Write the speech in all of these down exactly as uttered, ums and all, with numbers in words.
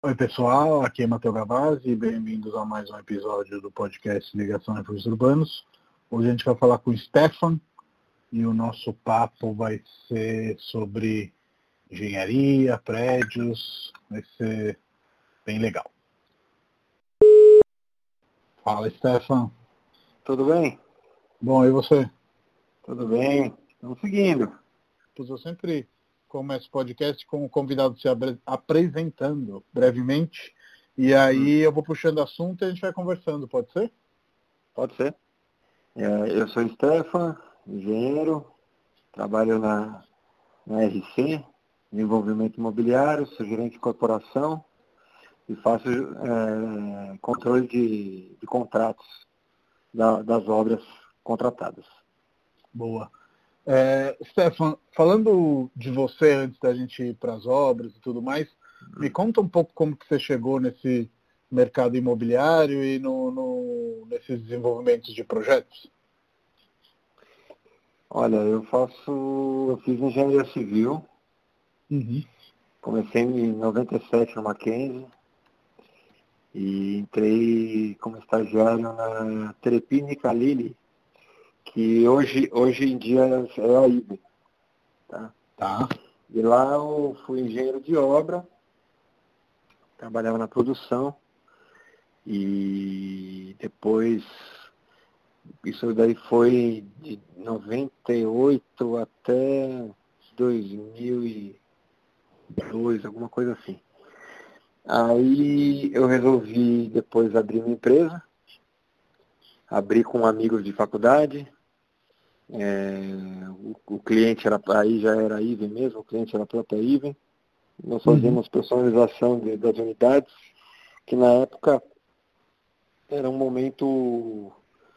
Oi pessoal, aqui é Matheus Gavazzi e bem-vindos a mais um episódio do podcast Ligação Refúgios Urbanos. Hoje a gente vai falar com o Stefan e o nosso papo vai ser sobre engenharia, prédios, vai ser bem legal. Fala Stefan. Tudo bem? Bom, e você? Tudo bem, estamos seguindo. Eu sempre começo o podcast com o convidado se apresentando brevemente e aí eu vou puxando assunto e a gente vai conversando, pode ser? Pode ser. É, eu sou Stefan, engenheiro, trabalho na, na R C, desenvolvimento imobiliário, sou gerente de corporação e faço é, controle de, de contratos da, das obras contratadas. Boa. É, Stefan, falando de você antes da gente ir para as obras e tudo mais, me conta um pouco como que você chegou nesse mercado imobiliário e no, no, nesses desenvolvimentos de projetos. Olha, eu faço, eu fiz engenharia civil, uhum. Comecei em noventa e sete no Mackenzie e entrei como estagiário na Terepini Khalili, que hoje, hoje em dia é a I B M. Tá? Tá. E lá eu fui engenheiro de obra, trabalhava na produção e depois, isso daí foi de noventa e oito até dois mil e dois, alguma coisa assim. Aí eu resolvi depois abrir uma empresa, abri com amigos de faculdade. É, o, o cliente era, aí já era a I V E mesmo, o cliente era a própria I V E. Nós fazíamos uhum. personalização de, das unidades, que na época era um momento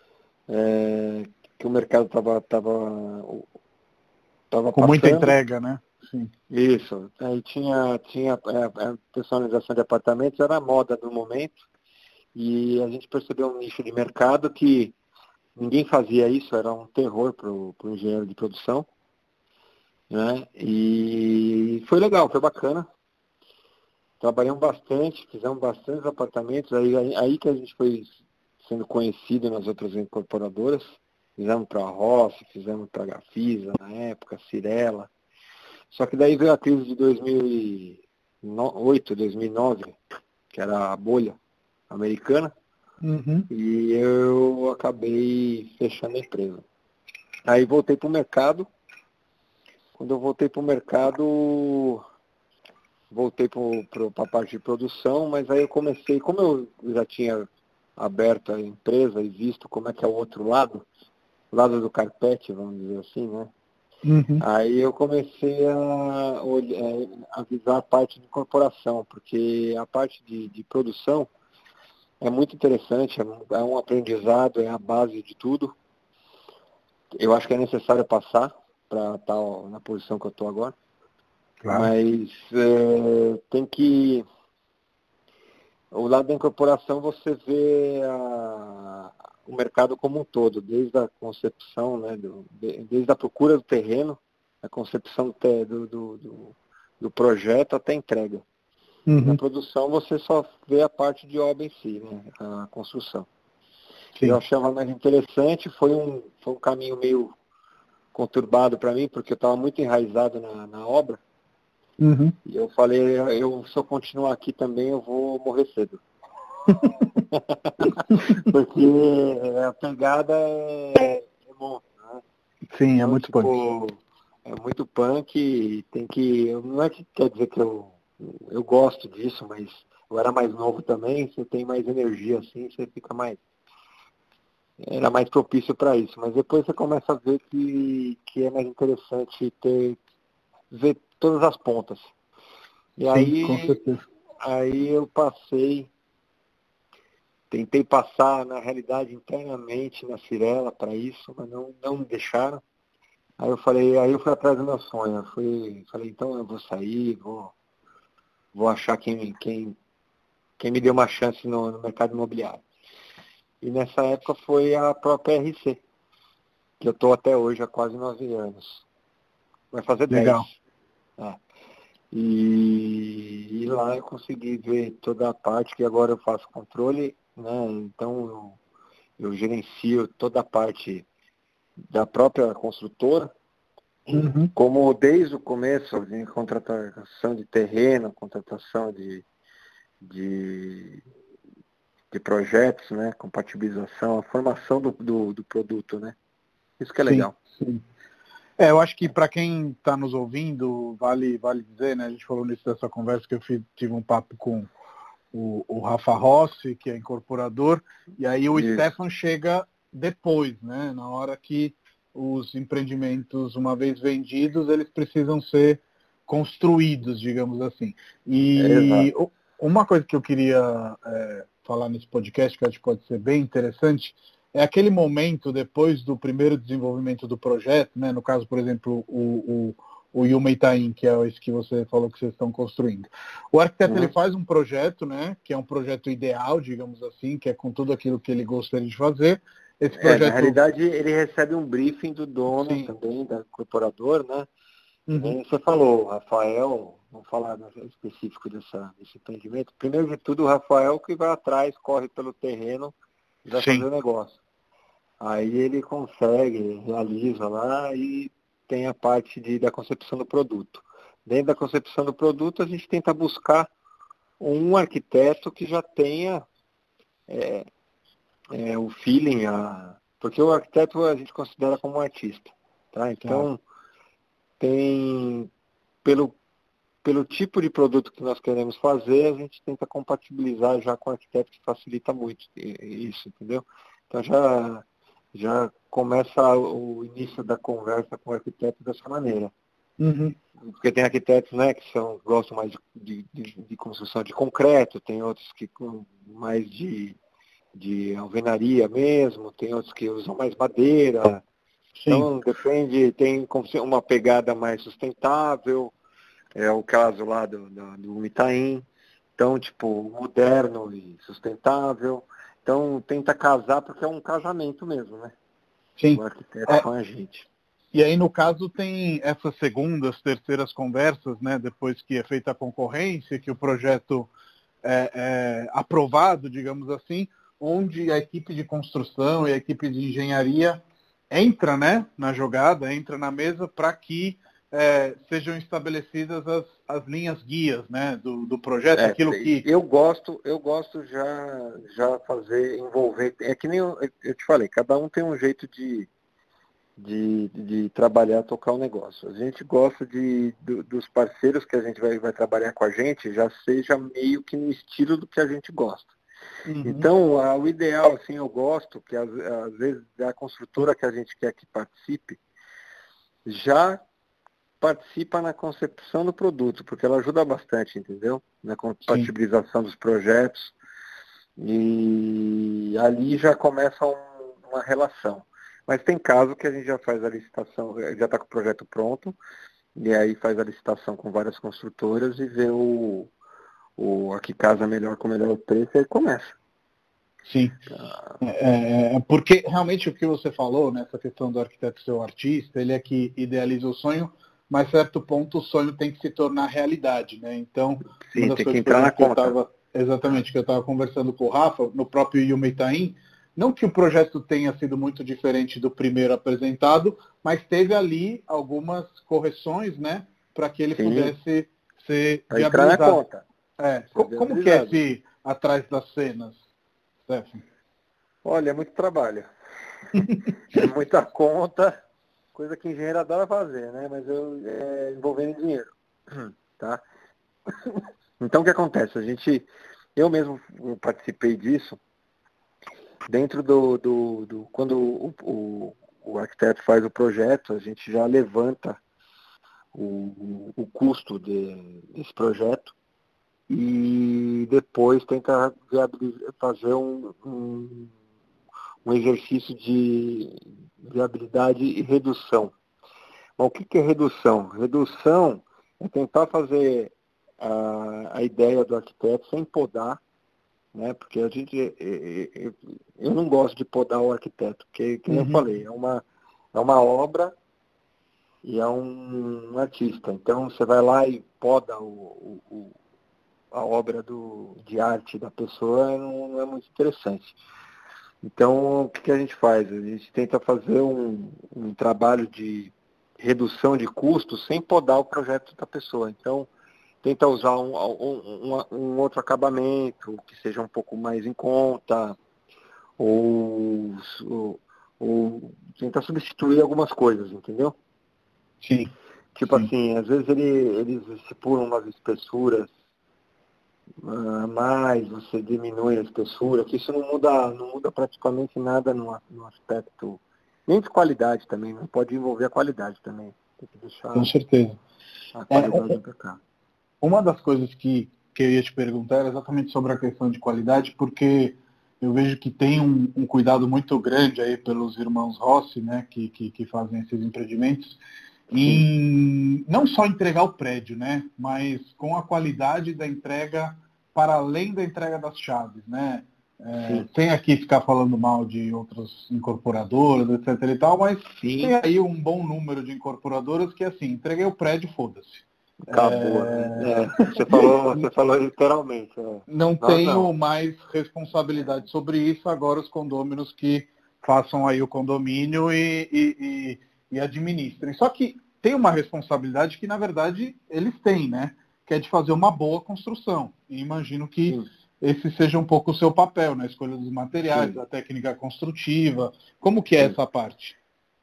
é, que o mercado estava tava, tava com passando. Muita entrega, né? Sim. Isso. Aí tinha, tinha a personalização de apartamentos, era a moda do momento, e a gente percebeu um nicho de mercado que ninguém fazia isso, era um terror para o engenheiro de produção. Né? E foi legal, foi bacana. Trabalhamos bastante, fizemos bastantes apartamentos, aí, aí, aí que a gente foi sendo conhecido nas outras incorporadoras. Fizemos para a Rossi, fizemos para a Gafisa na época, Cirela. Só que daí veio a crise de dois mil e oito, dois mil e nove, que era a bolha americana, uhum. e eu acabei fechando a empresa. Aí voltei para o mercado. Quando eu voltei para o mercado, voltei para a parte de produção, mas aí eu comecei, como eu já tinha aberto a empresa e visto como é que é o outro lado, o lado do carpete, vamos dizer assim, né? Uhum. Aí eu comecei a, a avisar a parte de incorporação, porque a parte de, de produção é muito interessante, é um aprendizado, é a base de tudo. Eu acho que é necessário passar para estar na posição que eu estou agora. Claro. Mas é, tem que... O lado da incorporação você vê a, o mercado como um todo, desde a concepção, né, do, desde a procura do terreno, a concepção do, do, do, do projeto até a entrega. Uhum. Na produção você só vê a parte de obra em si, né, a construção. Sim. Eu achava mais interessante, foi um, foi um caminho meio conturbado para mim, porque eu estava muito enraizado na, na obra. Uhum. E eu falei, eu, se eu continuar aqui também, eu vou morrer cedo. Porque a pegada é, é bom, né? Sim, então, é muito tipo, punk. É muito punk e tem que... Não é que quer dizer que eu, eu gosto disso, mas eu era mais novo também, você tem mais energia assim, você fica mais... Era mais propício para isso. Mas depois você começa a ver que, que é mais interessante ter... ver todas as pontas. E Sim, aí, com certeza. Aí eu passei, tentei passar, na realidade, internamente na Cirela para isso, mas não, não me deixaram. Aí eu falei, aí eu fui atrás do meu sonho. Eu fui, falei, então eu vou sair, vou, vou achar quem, quem, quem me deu uma chance no, no mercado imobiliário. E nessa época foi a própria R C, que eu estou até hoje há quase nove anos. Vai fazer Legal. dez. É. E, e lá eu consegui ver toda a parte que agora eu faço controle, né? Então eu, eu gerencio toda a parte da própria construtora, Uhum. como desde o começo, em contratação de terreno, contratação de, de, de projetos, né? Compatibilização, a formação do, do, do produto, né? Isso que é Sim, legal. sim. É, eu acho que para quem está nos ouvindo, vale, vale dizer, né? A gente falou nisso dessa conversa que eu fiz, tive um papo com o, o Rafa Rossi, que é incorporador, e aí o Isso. Stefan chega depois, né? Na hora que os empreendimentos, uma vez vendidos, eles precisam ser construídos, digamos assim. E Exato. uma coisa que eu queria é, falar nesse podcast, que eu acho que pode ser bem interessante, é aquele momento depois do primeiro desenvolvimento do projeto, né? No caso, por exemplo, o, o, o Yuma Itaim, que é esse que você falou que vocês estão construindo. O arquiteto, Uhum. ele faz um projeto, né? Que é um projeto ideal, digamos assim, que é com tudo aquilo que ele gostaria de fazer. Esse É, na projeto... realidade, ele recebe um briefing do dono Sim. também, da incorporador, né? Uhum. Você falou, Rafael, vamos falar específico dessa, desse empreendimento. Primeiro de tudo, o Rafael que vai atrás, corre pelo terreno e vai Sim. fazer o negócio. Aí ele consegue, realiza lá e tem a parte de, da concepção do produto. Dentro da concepção do produto, a gente tenta buscar um arquiteto que já tenha é, é, o feeling, a... porque o arquiteto a gente considera como um artista. Tá? Então, tem, pelo, pelo tipo de produto que nós queremos fazer, a gente tenta compatibilizar já com o arquiteto, que facilita muito isso, entendeu? Então já, já começa o início da conversa com o arquiteto dessa maneira. Uhum. Porque tem arquitetos, né, que são, gostam mais de, de, de construção de concreto, tem outros que mais de, de alvenaria mesmo, tem outros que usam mais madeira. Sim. Então depende, tem uma pegada mais sustentável, é o caso lá do, do, do Itaim. Então, tipo, moderno e sustentável. Então tenta casar porque é um casamento mesmo, né? Sim. O arquiteto É, com a gente. e aí, no caso, tem essas segundas, terceiras conversas, né, depois que é feita a concorrência, que o projeto é, é aprovado, digamos assim, onde a equipe de construção e a equipe de engenharia entra, né, na jogada, entra na mesa para que é, sejam estabelecidas as, as linhas guias, né, do, do projeto, É, aquilo que... eu gosto, eu gosto já, já fazer, envolver, é que nem eu, eu te falei, cada um tem um jeito de, de, de trabalhar, tocar o negócio. A gente gosta de, do, dos parceiros que a gente vai, vai trabalhar com a gente, já seja meio que no estilo do que a gente gosta. Uhum. Então, a, o ideal, assim, eu gosto que às, às vezes a construtora que a gente quer que participe, já participa na concepção do produto, porque ela ajuda bastante, entendeu? Na compatibilização Sim. dos projetos. E ali já começa um, uma relação. Mas tem caso que a gente já faz a licitação, já está com o projeto pronto, e aí faz a licitação com várias construtoras e vê o, o a que casa melhor com o melhor preço e aí começa. Sim. É, porque realmente o que você falou, nessa questão do arquiteto ser o artista, ele é que idealiza o sonho, mas a certo ponto o sonho tem que se tornar realidade, né? Então, Sim, uma das tem coisas, que por entrar exemplo, na que eu conta. estava exatamente, que eu estava conversando com o Rafa, no próprio Yuma Itaim, não que o projeto tenha sido muito diferente do primeiro apresentado, mas teve ali algumas correções, né, para que ele Sim. pudesse ser pra entrar na conta. É, co- como que é esse atrás das cenas, Stefan? Olha, é muito trabalho. É muita conta, coisa que engenheiro adora fazer, né? Mas eu é, envolvendo dinheiro. Tá? Então o que acontece? A gente, eu mesmo participei disso, dentro do, do, do quando o, o, o arquiteto faz o projeto, a gente já levanta o, o custo de, desse projeto e depois tenta fazer um, um, um exercício de viabilidade e redução. Mas o que é redução? Redução é tentar fazer a, a ideia do arquiteto sem podar, né? Porque a gente, eu, eu não gosto de podar o arquiteto, porque, como uhum. eu falei, é uma, é uma obra e é um, um artista. Então você vai lá e poda o, o, o, a obra do, de arte da pessoa, não, não é muito interessante. Então o que, que a gente faz? A gente tenta fazer um, um trabalho de redução de custos sem podar o projeto da pessoa. Então tenta usar um, um, um, um outro acabamento que seja um pouco mais em conta, ou, ou, ou tentar substituir algumas coisas, entendeu? Sim. Tipo Sim. assim, às vezes ele, eles estipulam umas espessuras a mais, você diminui a espessura, que isso não muda, não muda praticamente nada no, no aspecto, nem de qualidade também, não pode envolver a qualidade também. Tem que deixar Com certeza. a É, qualidade impecável. uma das coisas que, que eu ia te perguntar era exatamente sobre a questão de qualidade, porque eu vejo que tem um, um cuidado muito grande aí pelos irmãos Rossi, né, que, que, que fazem esses empreendimentos, em não só entregar o prédio, né, mas com a qualidade da entrega para além da entrega das chaves, né? É, sem aqui ficar falando mal de outras incorporadoras, etc e tal, mas Sim. tem aí um bom número de incorporadoras que, assim, entreguei o prédio, foda-se. Acabou, é... né? É, você, falou, você falou literalmente. É. Não Nós tenho não. mais responsabilidade sobre isso, agora os condôminos que façam aí o condomínio e, e, e, e administrem. Só que tem uma responsabilidade que, na verdade, eles têm, né? Que é de fazer uma boa construção. E imagino que Sim. esse seja um pouco o seu papel, na escolha dos materiais, Sim. da técnica construtiva. Como que é Sim. essa parte?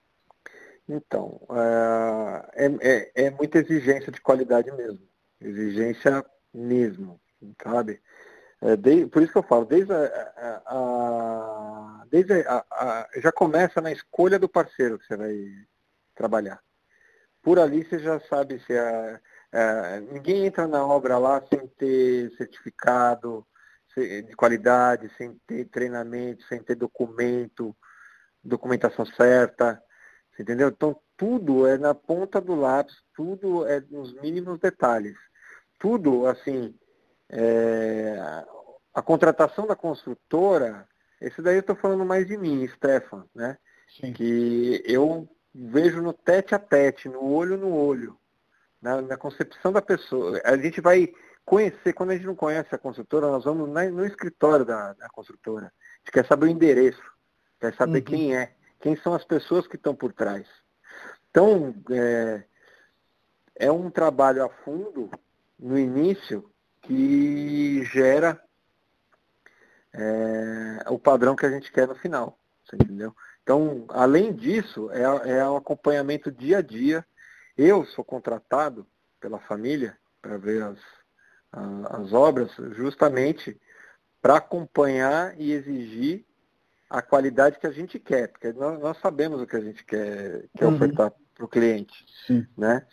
Então, é, é, é muita exigência de qualidade mesmo. Exigência mesmo, sabe? É, desde, por isso que eu falo, desde a, a, a desde a, a, já começa na escolha do parceiro que você vai trabalhar. Por ali você já sabe se a, a, ninguém entra na obra lá sem ter certificado de qualidade, sem ter treinamento, sem ter documento, documentação certa. Você entendeu? Então, tudo é na ponta do lápis, tudo é nos mínimos detalhes. Tudo, assim, é, a contratação da construtora, esse daí eu estou falando mais de mim, Stefan, né? Sim. Que eu vejo no tete a tete, no olho no olho, na, na concepção da pessoa. A gente vai conhecer, quando a gente não conhece a construtora, nós vamos na, no escritório da, da construtora. A gente quer saber o endereço, quer saber Uhum. quem é, quem são as pessoas que estão por trás. Então, é, é um trabalho a fundo, no início, que gera é, o padrão que a gente quer no final. Você entendeu? Então, além disso, é, é um acompanhamento dia a dia. Eu sou contratado pela família para ver as, a, as obras, justamente para acompanhar e exigir a qualidade que a gente quer, porque nós, nós sabemos o que a gente quer, quer Uhum. ofertar para o cliente. Sim. Né?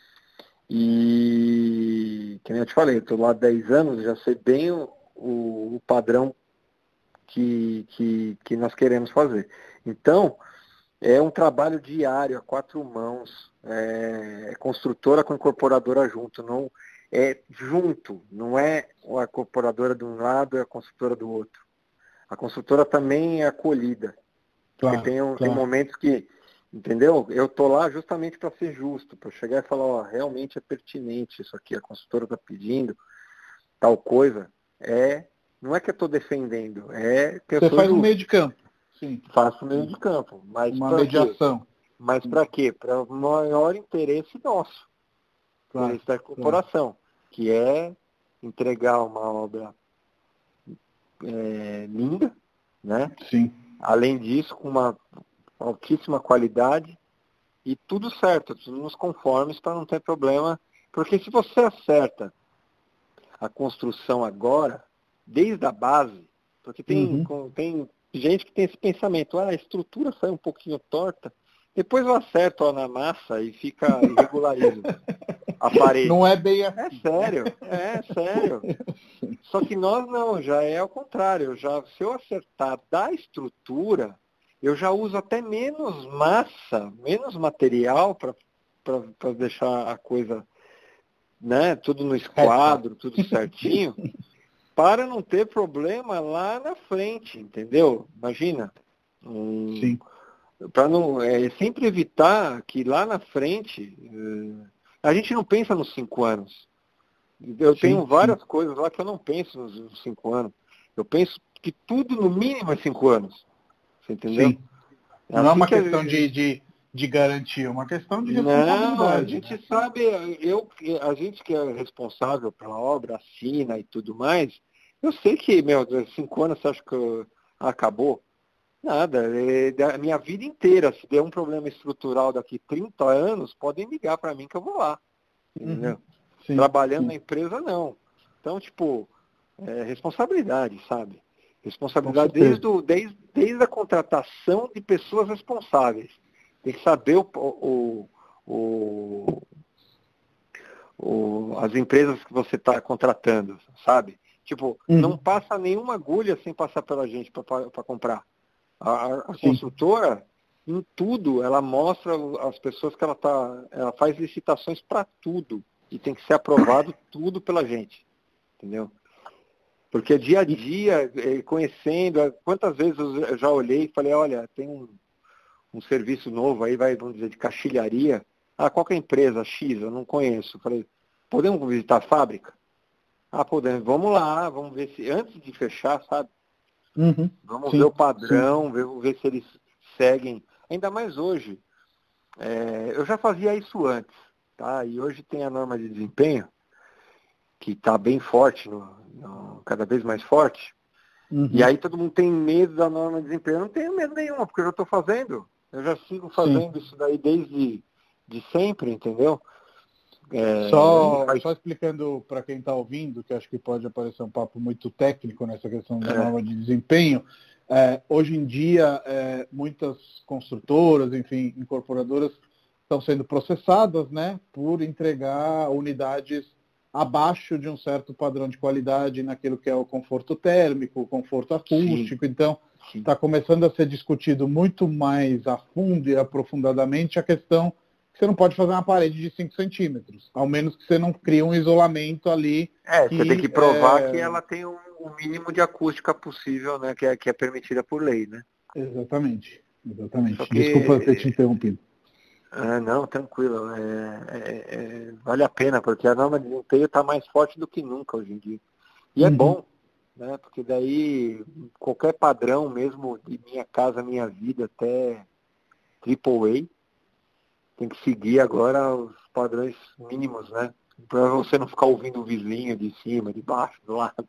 E, que nem eu te falei, estou lá há dez anos, já sei bem o, o, o padrão que, que, que nós queremos fazer. Então, é um trabalho diário, a quatro mãos, é, é construtora com incorporadora junto, não é junto, não é a incorporadora de um lado e a construtora do outro. A construtora também é acolhida, porque Claro, tem, um, claro. tem momentos que, entendeu? Eu estou lá justamente para ser justo, para chegar e falar, ó, realmente é pertinente isso aqui, a construtora está pedindo tal coisa, é, não é que eu estou defendendo, é que eu Você sou faz um meio justo. de campo. Sim. Faço meio de campo, mas Uma para quê? mediação. Mas para quê? Para o maior interesse nosso, Claro, interesse da claro. corporação, que é entregar uma obra é, linda, né? Sim. Além disso, com uma altíssima qualidade e tudo certo, tudo nos conformes para não ter problema. Porque se você acerta a construção agora, desde a base, porque tem, Uhum. tem gente que tem esse pensamento, ah, a estrutura sai um pouquinho torta, depois eu acerto ó, na massa e fica irregularizo a parede. Não é bem É assim. sério, é sério. Só que nós não, já é ao contrário. Já, se eu acertar da estrutura, eu já uso até menos massa, menos material para deixar a coisa, né, tudo no esquadro, tudo certinho, para não ter problema lá na frente, entendeu? Imagina, um, Sim. para não é, sempre evitar que lá na frente é, a gente não pensa nos cinco anos. Eu Sim, tenho várias sim. coisas lá que eu não penso nos, nos cinco anos. Eu penso que tudo no mínimo é cinco anos. Você entendeu? Sim. É Não é assim uma que a questão gente... de, de, de garantia, é uma questão de Não, a responsabilidade, gente né? sabe, eu, a gente que é responsável pela obra, assina e tudo mais, eu sei que, meu, cinco anos você acha que eu- acabou? Nada, é da minha vida inteira. Se der um problema estrutural daqui trinta anos, podem ligar para mim que eu vou lá. Uhum. Entendeu? Sim, Trabalhando na sim, empresa, não. Então, tipo, é responsabilidade, sabe? com Responsabilidade certeza. desde, o, desde, desde a contratação de pessoas responsáveis. Tem que saber o, o, o, o, as empresas que você está contratando, sabe? Tipo, não Uhum. passa nenhuma agulha sem passar pela gente para comprar. A, a Sim, construtora, em tudo, ela mostra as pessoas que ela tá, ela faz licitações para tudo e tem que ser aprovado tudo pela gente, entendeu? Porque dia a e, dia, eh, conhecendo, eh, quantas vezes eu já olhei e falei, olha, tem um, um serviço novo aí, vai, vamos dizer, de caixilharia. Ah, qual que é a empresa? X, eu não conheço. Falei, podemos visitar a fábrica? Ah, podemos, vamos lá, vamos ver se, antes de fechar, sabe? uhum. Vamos ver o Sim, sim. padrão, ver, ver se eles seguem. Ainda mais hoje. É, eu já fazia isso antes, tá? E hoje tem a norma de desempenho, que está bem forte, no, no- cada vez mais forte. E Uhum. aí todo mundo tem medo da norma de desempenho. Eu não tenho medo nenhum, porque eu já estou fazendo. Eu já sigo Sim. fazendo isso daí desde de sempre, entendeu? É, e Só, faz, só explicando para quem está ouvindo, que acho que pode aparecer um papo muito técnico nessa questão da é, norma de desempenho, é, hoje em dia é, muitas construtoras, enfim, incorporadoras estão sendo processadas, né, por entregar unidades abaixo de um certo padrão de qualidade naquilo que é o conforto térmico, o conforto sim, acústico. Então, sim. está começando a ser discutido muito mais a fundo e aprofundadamente a questão que você não pode fazer uma parede de cinco centímetros, ao menos que você não crie um isolamento ali É, você tem que que... provar que É... ela tem o, o mínimo de acústica possível, né? Que é, que é permitida por lei, né? Exatamente, Só exatamente. Desculpa ter te que interrompido. ah, não, tranquilo. É, é, é, vale a pena, porque a norma de desempenho está mais forte do que nunca hoje em dia. E é Uhum. bom, né? Porque daí qualquer padrão, mesmo de Minha Casa Minha Vida até Triple A, tem que seguir agora os padrões mínimos, né? Para você não ficar ouvindo o vizinho de cima, de baixo, do lado,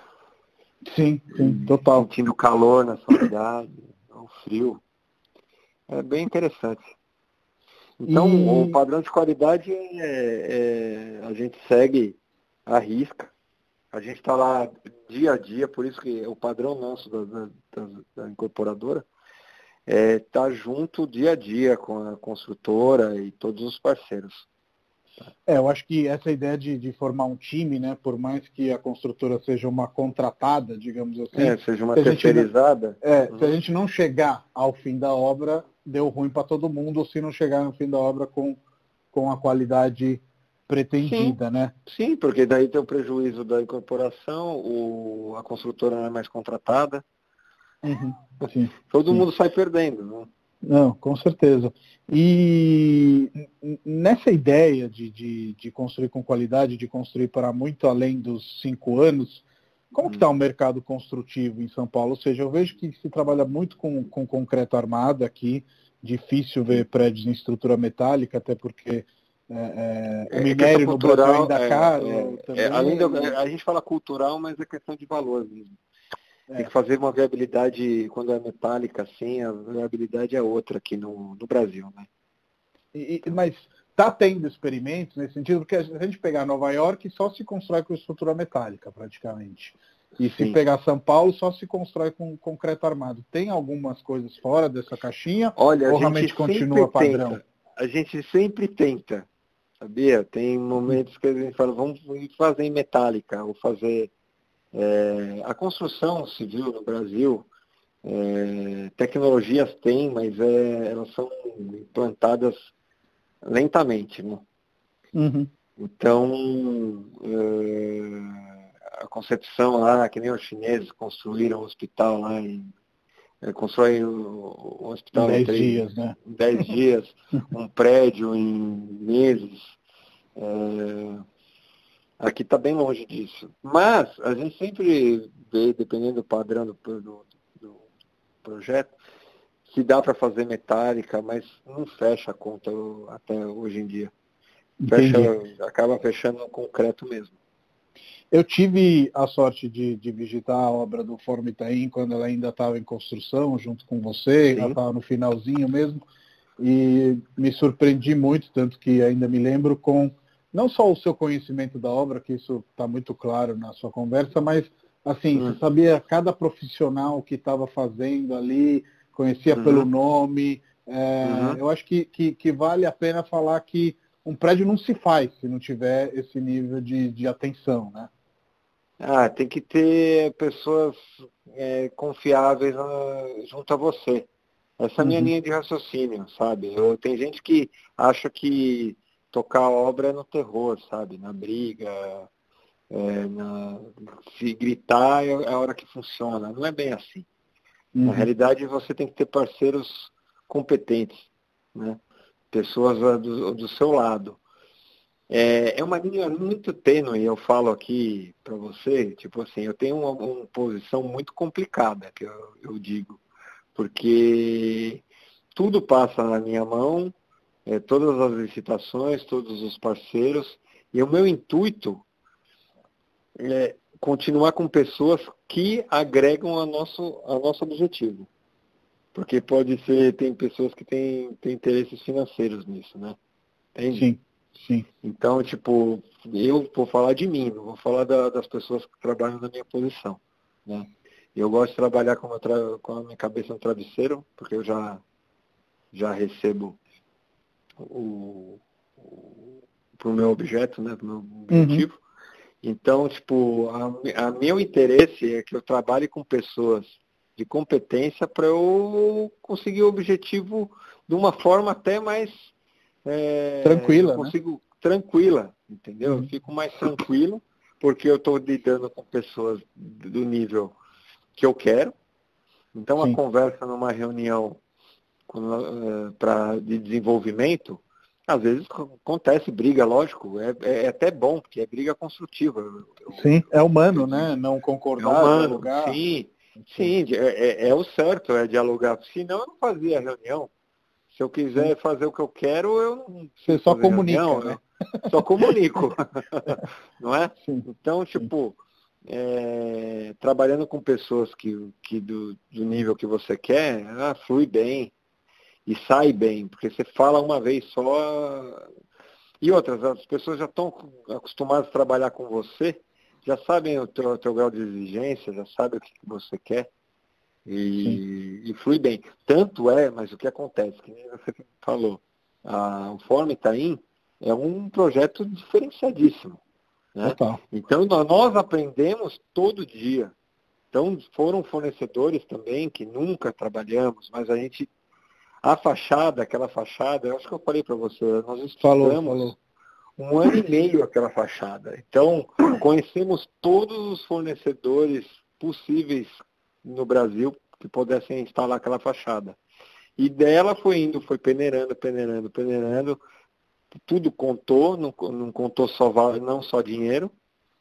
Sim, sim, e total. sentindo calor na sua unidade, o frio. É bem interessante. Então, o E padrão de qualidade é, é- a gente segue à risca. A gente está lá dia a dia, por isso que o padrão nosso da, da, da- da incorporadora é estar junto dia a dia com a construtora e todos os parceiros. é, eu acho que essa ideia de, de formar um time, né, por mais que a construtora seja uma contratada, digamos assim, É, seja uma se a gente, não- terceirizada. é, se a Uhum. gente não chegar ao fim da obra, deu ruim para todo mundo, ou se não chegar no fim da obra com, com a qualidade Sim, pretendida, né? sim, porque daí tem o prejuízo da incorporação, o, a construtora não é mais contratada, Uhum. Sim, todo sim. mundo sai perdendo. Né? Não, com certeza. E n- nessa ideia de, de, de construir com qualidade, de construir para muito além dos cinco anos, como que Hum. está o mercado construtivo em São Paulo? Ou seja, eu vejo que se trabalha muito com, com concreto armado aqui, difícil ver Sim. prédios em estrutura metálica, até porque é, é, o É, é questão minério no Brasil cultural, ainda é caro é, é, é, além da, também. a gente fala cultural, mas é questão de valor mesmo. E, Tem que é, fazer uma viabilidade, quando é metálica, assim, a viabilidade é outra aqui no, no Brasil, né? E, Então, mas está tendo experimentos nesse sentido, porque a gente pegar Nova York só se constrói com estrutura metálica, praticamente. E se sim. pegar São Paulo, só se constrói com concreto armado. Tem algumas coisas fora dessa caixinha Olha, a ou gente realmente sempre continua padrão? tenta, a gente sempre tenta, sabia? Tem momentos que a gente fala, vamos fazer em metálica, ou fazer é, a construção civil no Brasil, é, tecnologias tem, mas é, elas são implantadas lentamente, né? Uhum. Então, é, a concepção lá, que nem os chineses construíram um hospital lá em é, constrói um hospital em em dez dias, né? em dez dias, um prédio em meses. É, aqui está bem longe disso. Mas a gente sempre vê, dependendo do padrão do, do, do projeto, se dá para fazer metálica, mas não fecha a conta até hoje em dia. Fecha, acaba fechando no concreto mesmo. Eu tive a sorte de, de visitar a obra do Forma Itaim quando ela ainda estava em construção, junto com você, ela estava no finalzinho mesmo, e me surpreendi muito, tanto que ainda me lembro com não só o seu conhecimento da obra, que isso está muito claro na sua conversa, mas assim, hum. você sabia cada profissional que estava fazendo ali, conhecia uhum. pelo nome. É, uhum. Eu acho que, que, que vale a pena falar que um prédio não se faz se não tiver esse nível de, de atenção, né? Ah, tem que ter pessoas é, confiáveis uh, junto a você. Essa é a minha uhum. linha de raciocínio, sabe? Eu, tem gente que acha que tocar a obra é no terror, sabe? Na briga, é, na, se gritar é a hora que funciona. Não é bem assim. Uhum. Na realidade, você tem que ter parceiros competentes, né? Pessoas do, do seu lado. É, é uma linha muito tênue, eu falo aqui para você, tipo assim, eu tenho uma, uma posição muito complicada, que eu, eu digo, porque tudo passa na minha mão, é, todas as licitações, todos os parceiros, e o meu intuito é continuar com pessoas que agregam ao nosso, ao nosso objetivo. Porque pode ser, tem pessoas que têm, têm interesses financeiros nisso, né? Entende? Sim. Sim. Então, tipo, eu vou falar de mim, não vou falar da, das pessoas que trabalham na minha posição, né? Eu gosto de trabalhar com, tra... com a minha cabeça no travesseiro, porque eu já, já recebo o, o para o meu objeto, né, para o meu objetivo. Uhum. Então, tipo, a, a meu interesse é que eu trabalhe com pessoas de competência para eu conseguir o objetivo de uma forma até mais É, tranquila, eu consigo né? tranquila, entendeu? Uhum. Eu fico mais tranquilo porque eu estou lidando com pessoas do nível que eu quero. Então, Sim. a conversa numa reunião uh, pra, de desenvolvimento, às vezes acontece briga, lógico, é, é até bom, porque é briga construtiva. Eu, sim, eu, é humano, eu, né? Não concordar, é humano, dialogar. Sim, sim, sim é, é, é o certo, é dialogar. Senão eu não fazia reunião. Se eu quiser fazer o que eu quero, eu não Você só comunica, reunião, né? Só comunico. Não é? Sim, então, tipo, é, trabalhando com pessoas que, que do, do nível que você quer, ah, flui bem e sai bem, porque você fala uma vez só. E outras, as pessoas já estão acostumadas a trabalhar com você, já sabem o teu, teu grau de exigência, já sabem o que você quer. E, e flui bem. Tanto é, mas o que acontece, que nem você falou, a, o Forma Itaim é um projeto diferenciadíssimo. Né? Então nós aprendemos todo dia. Então foram fornecedores também que nunca trabalhamos, mas a gente, a fachada, aquela fachada, eu acho que eu falei para você, nós estudamos falou, falou. um ano e meio aquela fachada. Então conhecemos todos os fornecedores possíveis no Brasil que pudessem instalar aquela fachada. E dela foi indo, foi peneirando, peneirando, peneirando, tudo contou, não, não contou só não só dinheiro,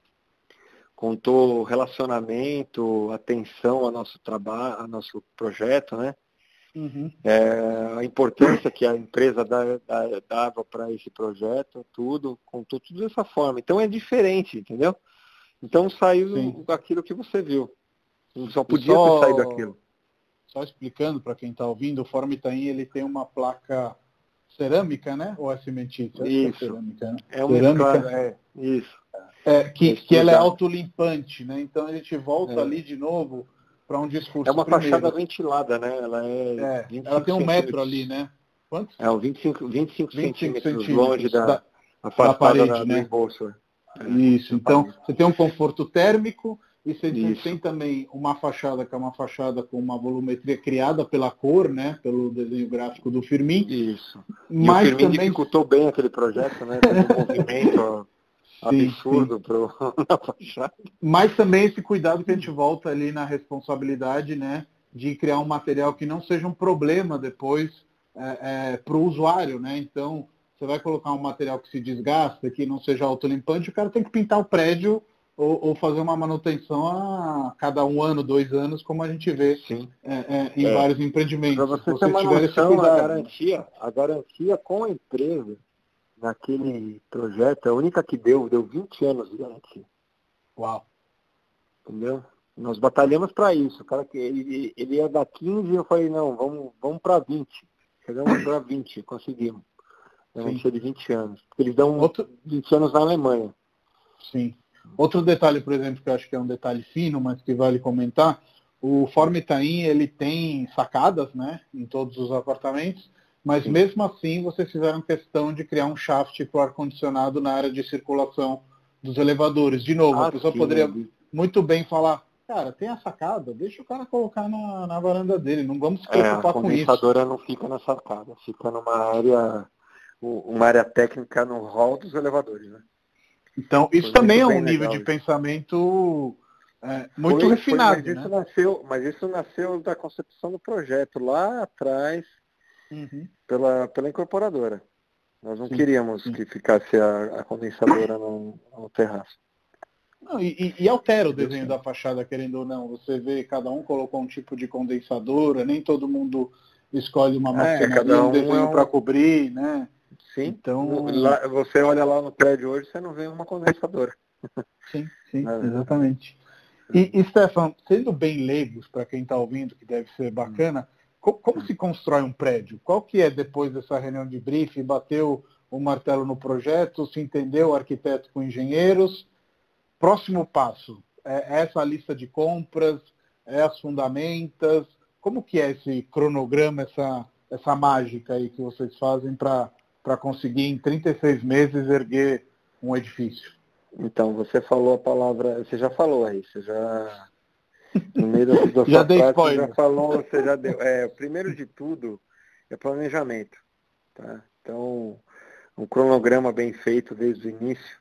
contou relacionamento, atenção ao nosso trabalho, ao nosso projeto, né? Uhum. É, a importância que a empresa dava para esse projeto, tudo, contou tudo dessa forma. Então é diferente, entendeu? Então saiu Sim. aquilo que você viu. Só podia só, ter saído aquilo. Só explicando para quem está ouvindo, o Forma Itaim ele tem uma placa cerâmica, né? Ou é cimentícia? Isso. É cerâmica, né? É uma cerâmica. Escala, é, isso. É, que, que ela é autolimpante, né? Então a gente volta é. ali de novo para um discurso. É uma primeiro. fachada ventilada, né? Ela é, é ela tem um metro ali, né? Quanto? É, vinte e cinco, vinte e cinco, vinte e cinco centímetros, centímetros longe da, da, da parede, da, né? do embolso. É, Isso, então parede. Você tem um conforto térmico e você Isso. tem também uma fachada que é uma fachada com uma volumetria criada pela cor, né? Pelo desenho gráfico do Firmin. Isso. Mas e o Firmin também dificultou bem aquele projeto, né? Teve um movimento absurdo sim. Pro, na fachada. Mas também esse cuidado que a gente volta ali na responsabilidade, né? de criar um material que não seja um problema depois é, é, para o usuário, né? Então, você vai colocar um material que se desgasta, que não seja autolimpante, o cara tem que pintar o prédio ou, ou fazer uma manutenção a cada um ano, dois anos, como a gente vê é, é, em é. vários Para empreendimentos. você Se ter você uma tiver esse noção, a cuidado. garantia, a garantia com a empresa, naquele projeto, a única que deu, deu vinte anos de garantia. Uau. Entendeu? Nós batalhamos para isso. O cara que ele, ele ia dar quinze, eu falei, não, vamos, vamos para vinte. Chegamos para vinte, conseguimos. Garantia de vinte anos. Eles dão Outro... vinte anos na Alemanha. Sim. Outro detalhe, por exemplo, que eu acho que é um detalhe fino, mas que vale comentar, o Forma Itaim, ele tem sacadas, né, em todos os apartamentos, mas Sim. mesmo assim vocês fizeram questão de criar um shaft para o ar-condicionado na área de circulação dos elevadores. De novo, ah, a pessoa sim, poderia é. muito bem falar, cara, tem a sacada, deixa o cara colocar na, na varanda dele, não vamos se preocupar é, com isso. A condensadora não fica na sacada, fica numa área, uma área técnica no hall dos elevadores, né? Então, isso foi também é um nível de isso. pensamento é, muito foi, refinado. Foi, mas, né? isso nasceu, mas isso nasceu da concepção do projeto, lá atrás, uhum. pela, pela incorporadora. Nós não sim, queríamos sim. que ficasse a, a condensadora no, no terraço. Não, e, e altera o desenho da fachada, querendo ou não. Você vê, cada um colocou um tipo de condensadora, nem todo mundo escolhe uma marcenaria, é, um, um desenho é um... para cobrir, né? Sim, então lá, você olha lá no prédio hoje, você não vê uma condensadora. Sim, sim, é. exatamente. E, e Stefan, sendo bem leigos, para quem está ouvindo, que deve ser bacana, co como se constrói um prédio? Qual que é, depois dessa reunião de briefing, bateu o martelo no projeto, se entendeu o arquiteto com engenheiros? Próximo passo, é essa lista de compras, é as fundamentas, como que é esse cronograma, essa, essa mágica aí que vocês fazem para para conseguir em trinta e seis meses erguer um edifício? Então, você falou a palavra, você já falou aí, você já, no meio da, da já sua dei frase, spoiler. você já falou, você já deu. É, primeiro de tudo, é planejamento, tá? Então, um cronograma bem feito desde o início,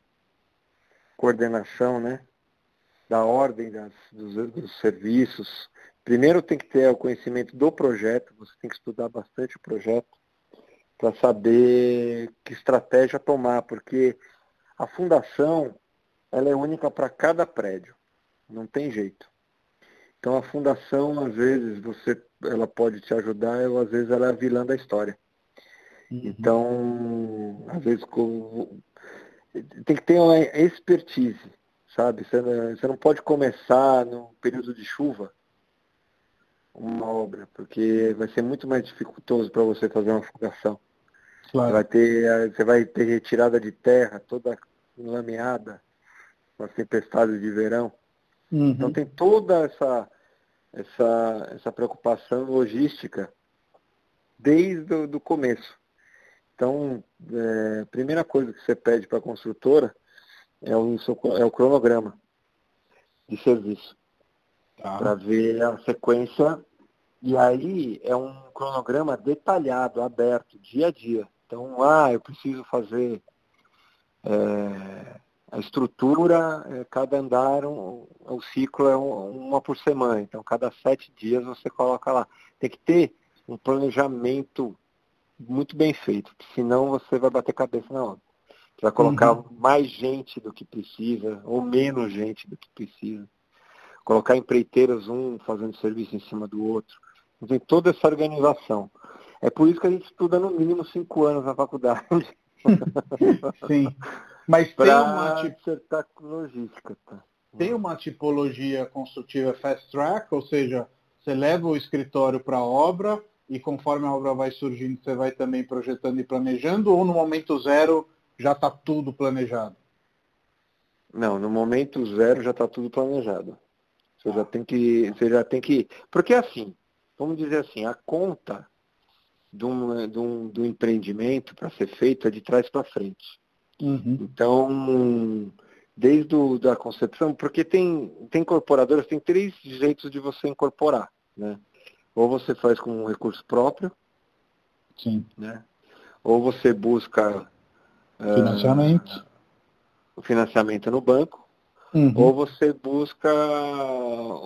coordenação, né? Da ordem das, dos, dos serviços. Primeiro tem que ter o conhecimento do projeto, você tem que estudar bastante o projeto, para saber que estratégia tomar, porque a fundação ela é única para cada prédio, não tem jeito. Então a fundação, às vezes, você, ela pode te ajudar, ou às vezes ela é a vilã da história. Uhum. Então, às vezes, tem que ter uma expertise, sabe? Você não, você não pode começar no período de chuva uma obra, porque vai ser muito mais dificultoso para você fazer uma fundação. Claro. Você vai ter, você vai ter retirada de terra toda lameada, com as tempestades de verão. Uhum. Então tem toda essa, essa, essa preocupação logística desde o do começo. Então, é, a primeira coisa que você pede para a construtora é o, é o cronograma de serviço. Tá. Para ver a sequência. E aí é um cronograma detalhado, aberto, dia a dia. Então, ah, eu preciso fazer é, a estrutura, é, cada andar, um, o ciclo é um, uma por semana. Então, cada sete dias você coloca lá. Tem que ter um planejamento muito bem feito, senão você vai bater cabeça na obra. Você vai colocar uhum. mais gente do que precisa, ou menos gente do que precisa. Colocar empreiteiros, um fazendo serviço em cima do outro. Tem toda essa organização. É por isso que a gente estuda no mínimo cinco anos na faculdade. Sim. Mas tem uma acertar com logística, tá? Tem uma tipologia construtiva fast track, ou seja, você leva o escritório para a obra e conforme a obra vai surgindo, você vai também projetando e planejando, ou no momento zero já está tudo planejado? Não, no momento zero já está tudo planejado. Você já tem que, você já tem que, porque assim, vamos dizer assim, a conta de um, de um, de um empreendimento para ser feito é de trás para frente. Uhum. Então, desde o, da concepção, porque tem, tem incorporadoras, tem três jeitos de você incorporar, né? Ou você faz com um recurso próprio, sim, né? Ou você busca financiamento, uh, o financiamento no banco, uhum. ou você busca um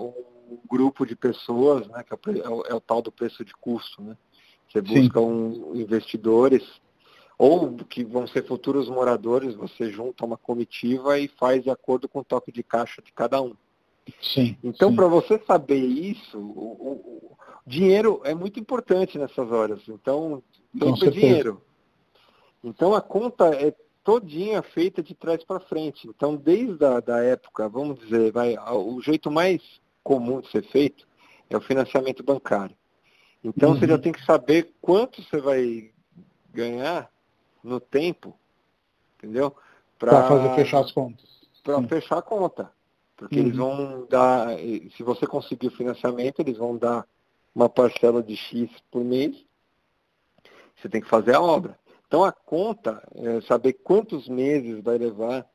um grupo de pessoas, né, que é o, é o, é o tal do preço de custo, né? Você busca um, investidores, ou que vão ser futuros moradores, você junta uma comitiva e faz de acordo com o toque de caixa de cada um. Sim, então, sim. para você saber isso, o, o, o dinheiro é muito importante nessas horas. Então, tempo é dinheiro. Então, a conta é todinha feita de trás para frente. Então, desde a da época, vamos dizer, vai, o jeito mais comum de ser feito é o financiamento bancário. Então, uhum. você já tem que saber quanto você vai ganhar no tempo, entendeu? Para fazer fechar as contas. Para fechar a conta. Porque uhum. eles vão dar, se você conseguir o financiamento, eles vão dar uma parcela de X por mês. Você tem que fazer a obra. Então, a conta, é saber quantos meses vai levar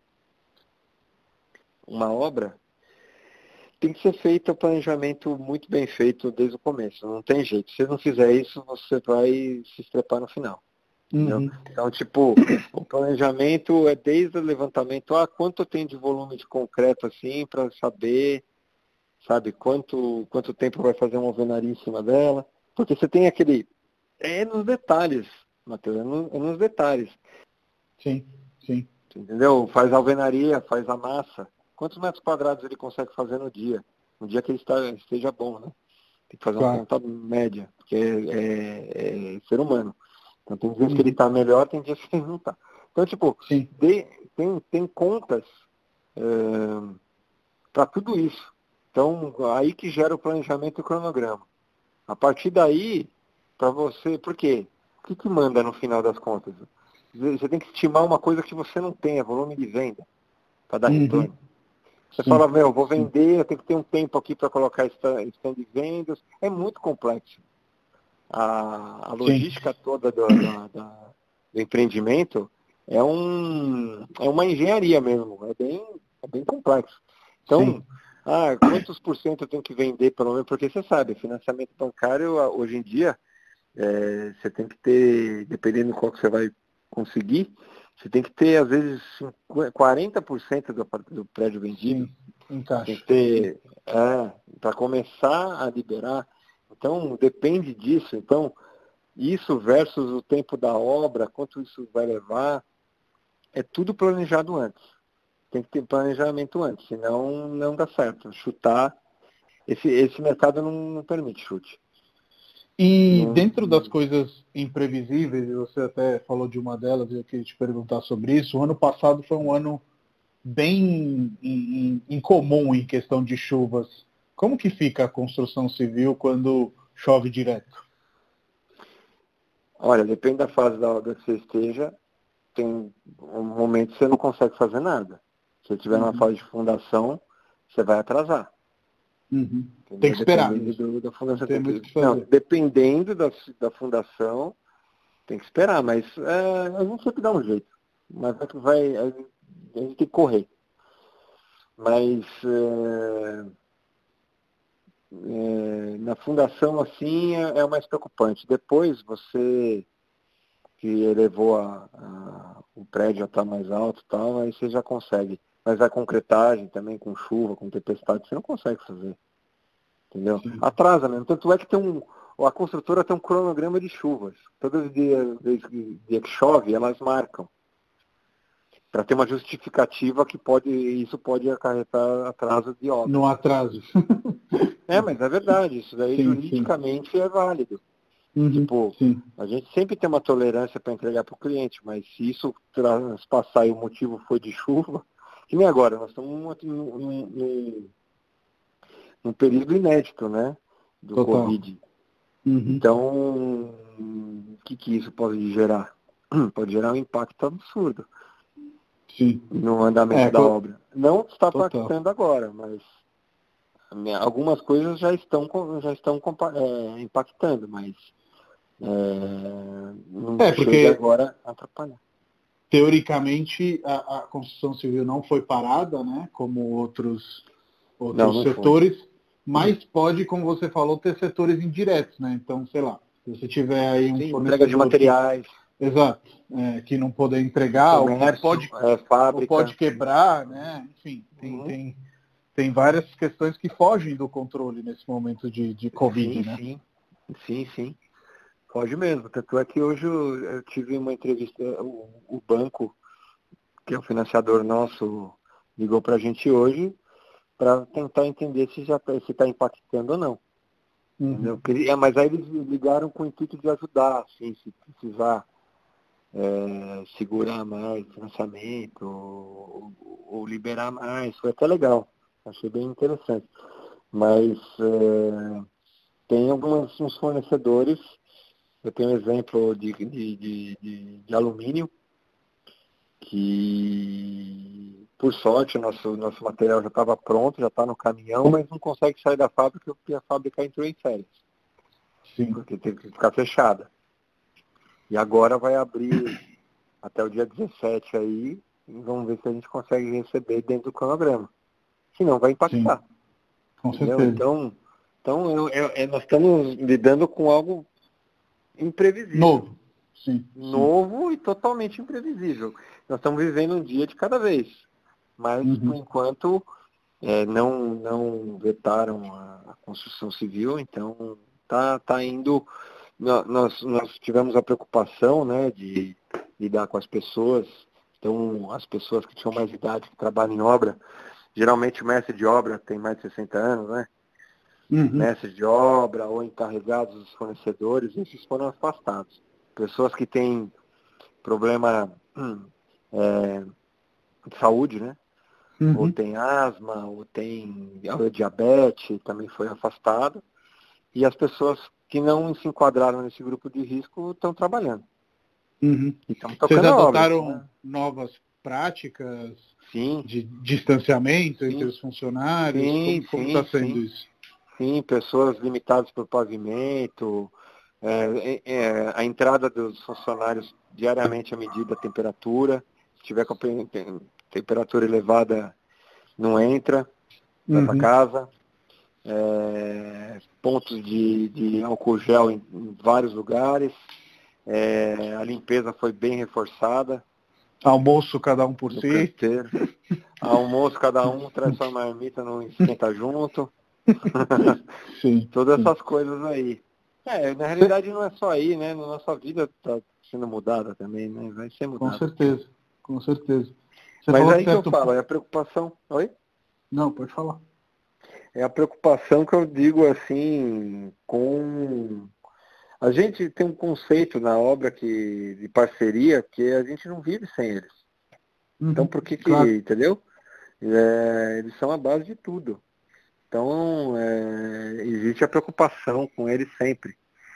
uma obra, tem que ser feito o planejamento muito bem feito desde o começo. Não tem jeito. Se você não fizer isso, você vai se estrepar no final. Uhum. Então, tipo, o planejamento é desde o levantamento, ah, quanto tem de volume de concreto, assim, para saber, sabe, quanto, quanto tempo vai fazer uma alvenaria em cima dela. Porque você tem aquele... É nos detalhes, Matheus, é, no, é nos detalhes. Sim, sim. Entendeu? Faz a alvenaria, faz a massa. Quantos metros quadrados ele consegue fazer no dia? No dia que ele está, esteja bom, né? Tem que fazer claro. uma conta média, porque é, é, é ser humano. Então, tem dias uhum. que ele está melhor, tem dias que ele não está. Então, tipo, de, tem, tem contas é, para tudo isso. Então, aí que gera o planejamento e o cronograma. A partir daí, para você... Por quê? O que, que manda no final das contas? Você tem que estimar uma coisa que você não tem, é volume de venda, para dar uhum. retorno. Você Sim. fala, meu, vou vender, eu tenho que ter um tempo aqui para colocar stand de vendas. É muito complexo. A, a logística Sim. toda do, do, do, do empreendimento é, um, é uma engenharia mesmo, é bem, é bem complexo. Então, ah, quantos por cento eu tenho que vender, pelo menos, porque você sabe, financiamento bancário, hoje em dia, é, você tem que ter, dependendo de qual que você vai conseguir, você tem que ter, às vezes, quarenta por cento do, do prédio vendido. Sim, encaixa. Tem que ter, é, para começar a liberar. Então, depende disso. Então, isso versus o tempo da obra, quanto isso vai levar, é tudo planejado antes. Tem que ter planejamento antes, senão não dá certo. Chutar, esse, esse mercado não, não permite chute. E não, dentro das coisas imprevisíveis, você até falou de uma delas, eu queria te perguntar sobre isso, o ano passado foi um ano bem incomum em questão de chuvas. Como que fica a construção civil quando chove direto? Olha, depende da fase da obra que você esteja, tem um momento que você não consegue fazer nada. Se você estiver uhum. numa fase de fundação, você vai atrasar. Uhum. Tem que esperar. Do, da fundação, tem tem que, que não, dependendo da, da fundação, tem que esperar, mas é, a gente sempre dá um jeito. Mas é que vai, a gente tem que correr. Mas é, é, na fundação, assim, é, é o mais preocupante. Depois, você que elevou a, a, o prédio a estar mais alto e tal, aí você já consegue. Mas a concretagem também, com chuva, com tempestade, você não consegue fazer. Entendeu? Sim. Atrasa mesmo. Tanto é que tem um, a construtora tem um cronograma de chuvas. Todas as vezes que chove, elas marcam. Para ter uma justificativa que pode, isso pode acarretar atraso de obra. No atraso. É, mas é verdade. Isso daí sim, juridicamente sim. é válido. Uhum, tipo, sim. a gente sempre tem uma tolerância para entregar para o cliente, mas se isso transpassar e o motivo foi de chuva, que nem agora, nós estamos num, num, num período inédito, né, do Total. Covid. Uhum. Então, o que, que isso pode gerar? Pode gerar um impacto absurdo Sim. no andamento é, da pô... obra. Não está impactando agora, mas algumas coisas já estão, já estão é, impactando, mas é, não é, porque agora a atrapalhar. Teoricamente, a, a construção civil não foi parada, né, como outros, outros não, não setores, foi. mas pode, como você falou, ter setores indiretos, né? Então, sei lá, se você tiver aí um Sim, fornecedor... entrega de materiais. Que, exato, é, que não poder entregar, comércio, ou pode, é, fábrica. ou pode quebrar, né? Enfim, tem, uhum. tem, tem várias questões que fogem do controle nesse momento de, de Covid, sim, né? Sim, sim, sim. Foge mesmo. Tanto é que hoje eu, eu tive uma entrevista, o, o banco, que é o financiador nosso, ligou para a gente hoje para tentar entender se já se está impactando ou não. Uhum. Entendeu? É, mas aí eles ligaram com o intuito de ajudar, assim, se precisar é, segurar mais financiamento ou, ou liberar mais. Foi até legal. Achei bem interessante. Mas é, tem alguns uns fornecedores. Eu tenho um exemplo de, de, de, de, de alumínio, que, por sorte, o nosso, nosso material já estava pronto, já está no caminhão, mas não consegue sair da fábrica porque a fábrica entrou em férias. Sim. Porque teve que ficar fechada. E agora vai abrir até o dia dezessete aí, e vamos ver se a gente consegue receber dentro do cronograma. Senão vai impactar. Sim, com entendeu? certeza. Então, então eu, eu, nós estamos lidando com algo imprevisível. Novo. Sim, Novo sim. E totalmente imprevisível. Nós estamos vivendo um dia de cada vez. Mas, uhum. por enquanto, é, não, não vetaram a, a construção civil, então está tá indo... Nós, nós tivemos a preocupação, né, de lidar com as pessoas. Então, as pessoas que tinham mais idade, que trabalham em obra, geralmente o mestre de obra tem mais de sessenta anos, né? Uhum. Mestres de obra ou encarregados dos fornecedores, esses foram afastados. Pessoas que têm problema hum, é, de saúde, né? Uhum. Ou tem asma, ou tem diabetes, também foi afastado. E as pessoas que não se enquadraram nesse grupo de risco estão trabalhando. Uhum. Vocês adotaram obra, né? novas práticas sim. de distanciamento sim. entre os funcionários? Sim, como está sendo sim. isso? Sim, pessoas limitadas por pavimento, é, é, a entrada dos funcionários diariamente à medida da temperatura. Se tiver com temperatura elevada, não entra, vai uhum. para casa. É, pontos de, de álcool gel em, em vários lugares. É, a limpeza foi bem reforçada. Almoço cada um por si. Canteiro. Almoço cada um traz sua marmita, não esquenta junto. Sim, Todas sim. essas coisas aí. É, na realidade não é só aí, né? Na nossa vida está sendo mudada também, né? Vai ser mudada. Com certeza, com certeza. Você Mas aí que certo... eu falo, é a preocupação. Oi? Não, pode falar. É a preocupação que eu digo assim, com. A gente tem um conceito na obra que, de parceria que a gente não vive sem eles. Uhum, então por que que, claro. Entendeu? É, eles são a base de tudo. Então, é, existe a preocupação com eles sempre.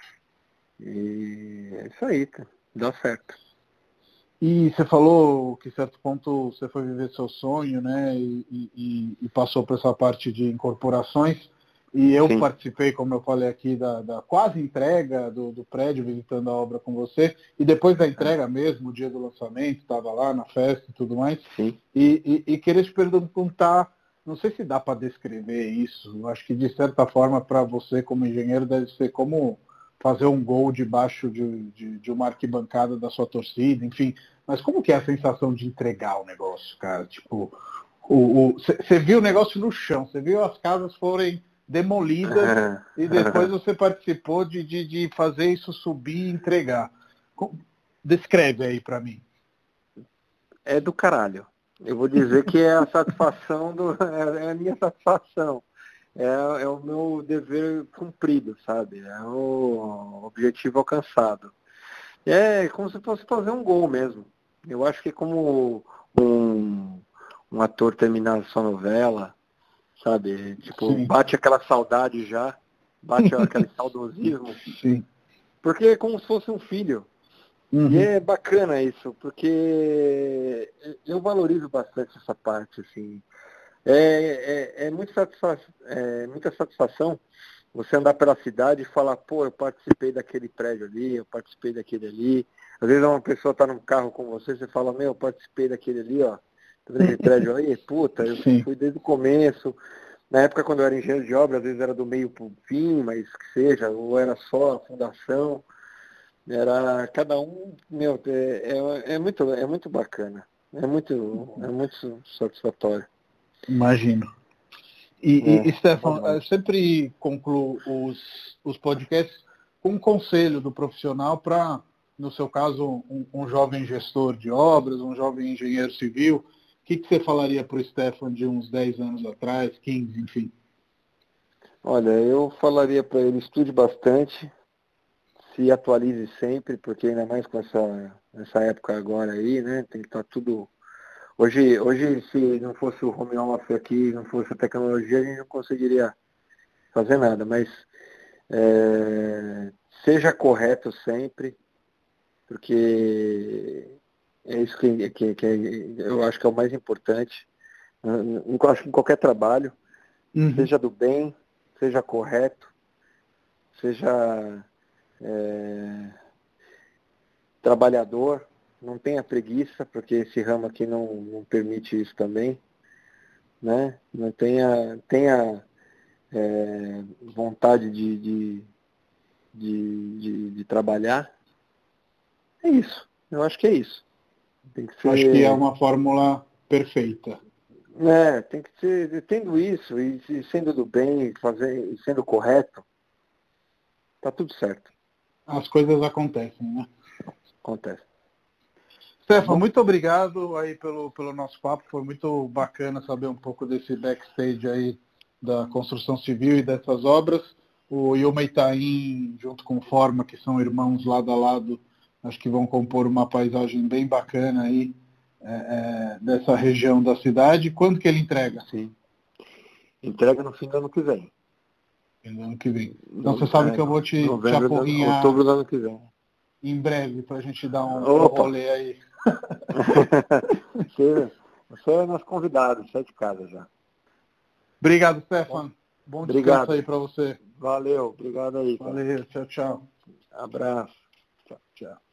E é isso aí, tá? Dá certo. E você falou que, em certo ponto, você foi viver seu sonho, né? E, e, e passou por essa parte de incorporações. E eu Sim. participei, como eu falei aqui, da, da quase entrega do, do prédio, visitando a obra com você. E depois da entrega mesmo, o dia do lançamento, estava lá na festa e tudo mais. Sim. E, e, e queria te perguntar, não sei se dá para descrever isso. Eu acho que, de certa forma, para você, como engenheiro, deve ser como fazer um gol debaixo de, de, de uma arquibancada da sua torcida, enfim. Mas como que é a sensação de entregar o negócio, cara? Tipo, você viu o negócio no chão, você viu as casas forem demolidas e depois você participou de, de, de fazer isso subir e entregar. Descreve aí para mim. É do caralho. Eu vou dizer que é a satisfação, do, é a minha satisfação. É, é o meu dever cumprido, sabe? É o objetivo alcançado. É como se fosse fazer um gol mesmo. Eu acho que é como um, um ator terminar sua novela, sabe? Tipo, Sim. bate aquela saudade já, bate aquele saudosismo. Sim. Porque é como se fosse um filho. Uhum. E é bacana isso, porque eu valorizo bastante essa parte, assim. É, é, é, muito satisfa é muita satisfação você andar pela cidade e falar, pô, eu participei daquele prédio ali, eu participei daquele ali. Às vezes uma pessoa está num carro com você, você fala, meu, eu participei daquele ali, ó. Tá vendo aquele prédio aí? Puta, eu Sim. fui desde o começo. Na época, quando eu era engenheiro de obra, às vezes era do meio pro fim, mas que seja, ou era só a fundação. Era cada um, meu, é, é, é, muito, é muito bacana. É muito, é muito satisfatório. Imagino. E, É, e, e Stefan, bom, eu sempre concluo os, os podcasts com um conselho do profissional para, no seu caso, um, um jovem gestor de obras, um jovem engenheiro civil. O que, que você falaria para o Stefan de uns dez anos atrás, quinze, enfim? Olha, eu falaria para ele, estude bastante, se atualize sempre, porque ainda mais com essa, essa época agora aí, né? Tem que estar tudo... Hoje, hoje, se não fosse o home office aqui, não fosse a tecnologia, a gente não conseguiria fazer nada, mas é, seja correto sempre, porque é isso que, que, que eu acho que é o mais importante. Eu acho que em qualquer trabalho, Uhum. seja do bem, seja correto, seja é, trabalhador, não tenha preguiça, porque esse ramo aqui não, não permite isso também, né? Não tenha, tenha é, vontade de, de, de, de, de trabalhar. É isso. Eu acho que é isso. Tem que Acho que é ser. uma fórmula perfeita. É, tem que ser, tendo isso, e, e sendo do bem, fazer, e sendo correto, tá tudo certo. As coisas acontecem, né? Acontece. Stefan, Tá muito obrigado aí pelo, pelo nosso papo. Foi muito bacana saber um pouco desse backstage aí da construção civil e dessas obras. O Yuma Itaim, junto com o Forma, que são irmãos lado a lado, acho que vão compor uma paisagem bem bacana aí é, é, dessa região da cidade. Quando que ele entrega? Sim. Entrega no fim do ano que vem. No ano que vem. Então No, você sabe é, que eu no, vou te, te novembro, do, apurrinhar outubro do ano que vem. em breve para a gente dar um, um Opa! rolê aí. você, você é nosso convidado, sai de casa já. Obrigado, Stefan. Bom descanso Obrigado. aí para você. Valeu, obrigado aí, cara. Valeu, tchau, tchau. Abraço. Tchau, tchau.